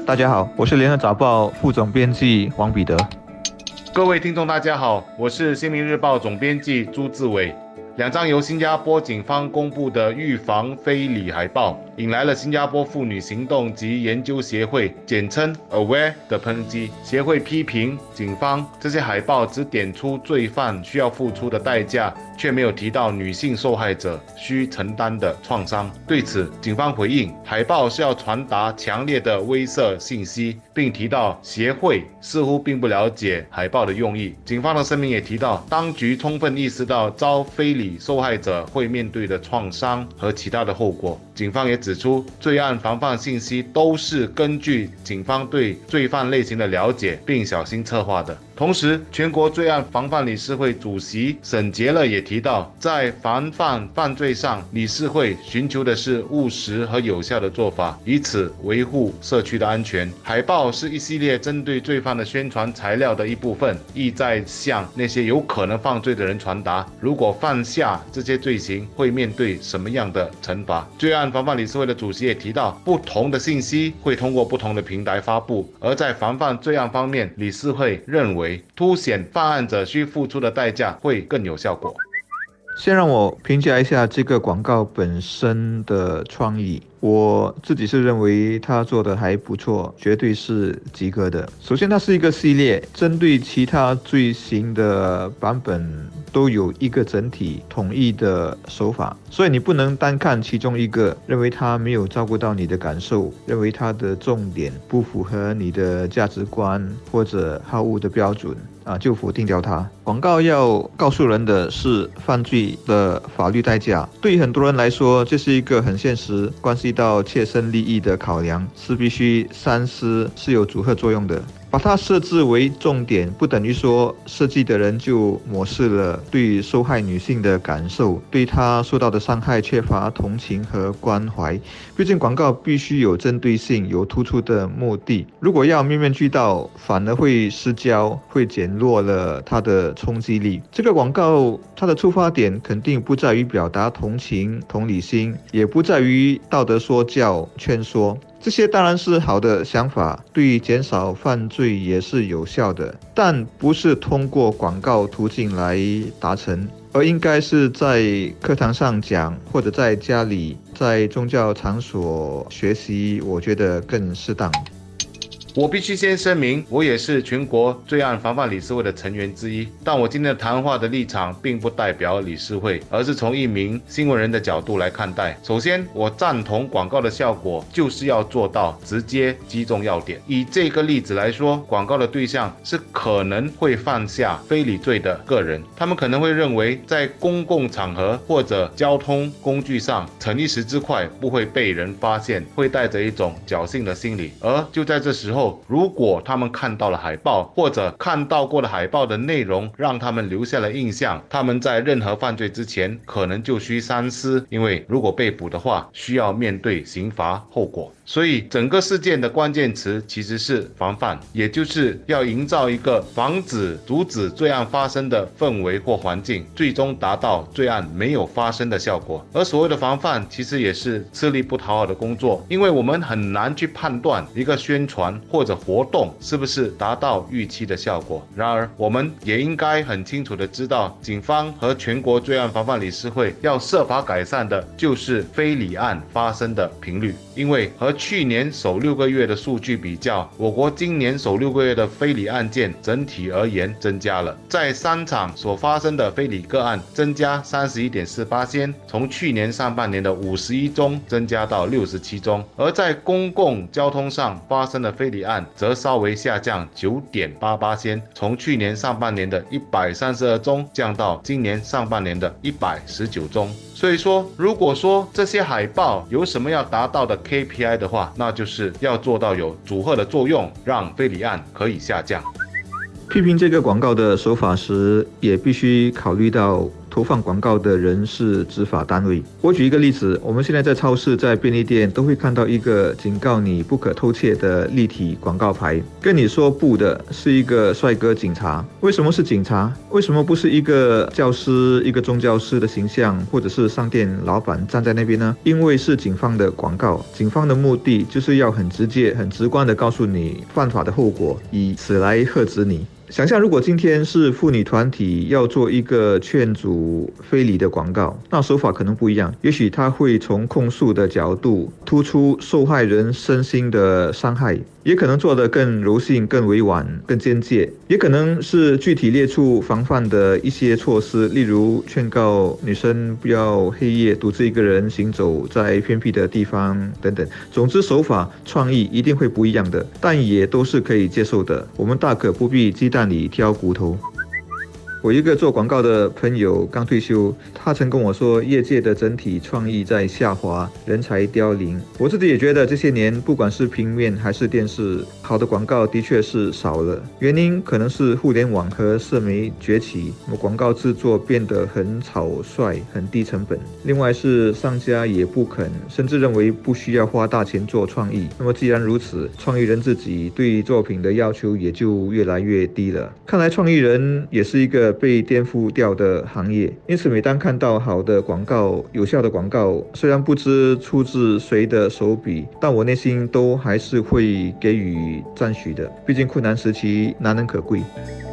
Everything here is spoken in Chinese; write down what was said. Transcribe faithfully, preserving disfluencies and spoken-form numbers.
大家好，我是联合早报副总编辑王彼得。 各位听众大家好，我是新民日报总编辑朱志伟。两张由新加坡警方公布的预防非礼海报，引来了新加坡妇女行动及研究协会简称 Aware 的抨击。协会批评警方这些海报只点出罪犯需要付出的代价，却没有提到女性受害者需承担的创伤。对此，警方回应，海报是要传达强烈的威慑信息，并提到协会似乎并不了解海报的用意。警方的声明也提到，当局充分意识到遭非礼受害者会面对的创伤和其他的后果。警方也指出，罪案防范信息都是根据警方对罪犯类型的了解并小心策划的。同时，全国罪案防范理事会主席沈杰勒也提到，在防范犯罪上，理事会寻求的是务实和有效的做法，以此维护社区的安全。海报是一系列针对罪犯的宣传材料的一部分，意在向那些有可能犯罪的人传达，如果犯下这些罪行会面对什么样的惩罚。罪案防范理事会的主席也提到，不同的信息会通过不同的平台发布，而在防范罪案方面，理事会认为凸显犯案者需付出的代价会更有效果。 先让我评价一下这个广告本身的创意。我自己是认为他做的还不错，绝对是及格的。首先，它是一个系列，针对其他罪行的版本都有一个整体统一的手法，所以你不能单看其中一个，认为它没有照顾到你的感受，认为它的重点不符合你的价值观或者好恶的标准啊，就否定掉它。广告要告诉人的是犯罪的法律代价，对于很多人来说，这是一个很现实、关系到切身利益的考量，是必须三思，是有阻吓作用的。把它设置为重点，不等于说设计的人就漠视了对受害女性的感受，对她受到的伤害缺乏同情和关怀。毕竟广告必须有针对性，有突出的目的。如果要面面俱到，反而会失焦，会减弱了它的冲击力。这个广告它的出发点肯定不在于表达同情、同理心，也不在于道德说教、劝说。这些当然是好的想法，对于减少犯罪也是有效的，但不是通过广告途径来达成，而应该是在课堂上讲，或者在家里、在宗教场所学习，我觉得更适当。 我必须先声明，我也是全国罪案防范理事会的成员之一，但我今天的谈话的立场并不代表理事会，而是从一名新闻人的角度来看待。首先，我赞同广告的效果就是要做到直接击中要点。以这个例子来说，广告的对象是可能会犯下非礼罪的个人，他们可能会认为在公共场合或者交通工具上逞一时之快不会被人发现，会带着一种侥幸的心理，而就在这时候，如果他们看到了海报，或者看到过的海报的内容让他们留下了印象，他们在任何犯罪之前可能就需三思，因为如果被捕的话，需要面对刑罚后果。所以整个事件的关键词其实是防范，也就是要营造一个防止、阻止罪案发生的氛围或环境，最终达到罪案没有发生的效果。而所谓的防范其实也是吃力不讨好的工作，因为我们很难去判断一个宣传或者活动是不是达到预期的效果。然而我们也应该很清楚的知道，警方和全国罪案防范理事会要设法改善的就是非礼案发生的频率，因为和去年首六个月的数据比较，我国今年首六个月的非礼案件整体而言增加了，在三场所发生的非礼个案增加 百分之三十一点四， 从去年上半年的五十一宗增加到六十七宗，而在公共交通上发生的非礼案则稍微下降 九点八， 从去年上半年的一百三十二宗降到今年上半年的一百十九宗。所以说，如果说这些海报有什么要达到的 K P I 的话，那就是要做到有阻吓的作用，让非礼案可以下降。 批评这个广告的手法时，也必须考虑到投放广告的人是执法单位。我举一个例子，我们现在在超市、在便利店都会看到一个警告你不可偷窃的立体广告牌，跟你说不的是一个帅哥警察。为什么是警察？为什么不是一个教师、一个宗教师的形象，或者是商店老板站在那边呢？因为是警方的广告，警方的目的就是要很直接、很直观地告诉你犯法的后果，以此来喝止你。想象如果今天是妇女团体要做一个劝阻非礼的广告，那手法可能不一样，也许他会从控诉的角度突出受害人身心的伤害，也可能做得更柔性、更委婉、更间接，也可能是具体列出防范的一些措施，例如劝告女生不要黑夜独自一个人行走在偏僻的地方等等。总之手法创意一定会不一样的，但也都是可以接受的，我们大可不必鸡蛋里挑骨头。我一个做广告的朋友刚退休，他曾跟我说，业界的整体创意在下滑，人才凋零。我自己也觉得这些年，不管是平面还是电视，好的广告的确是少了。原因可能是互联网和社媒崛起，那么广告制作变得很草率、很低成本。另外是商家也不肯，甚至认为不需要花大钱做创意。那么既然如此，创意人自己对作品的要求也就越来越低了。看来创意人也是一个被颠覆掉的行业，因此每当看到好的广告、有效的广告，虽然不知出自谁的手笔，但我内心都还是会给予赞许的。毕竟困难时期难能可贵。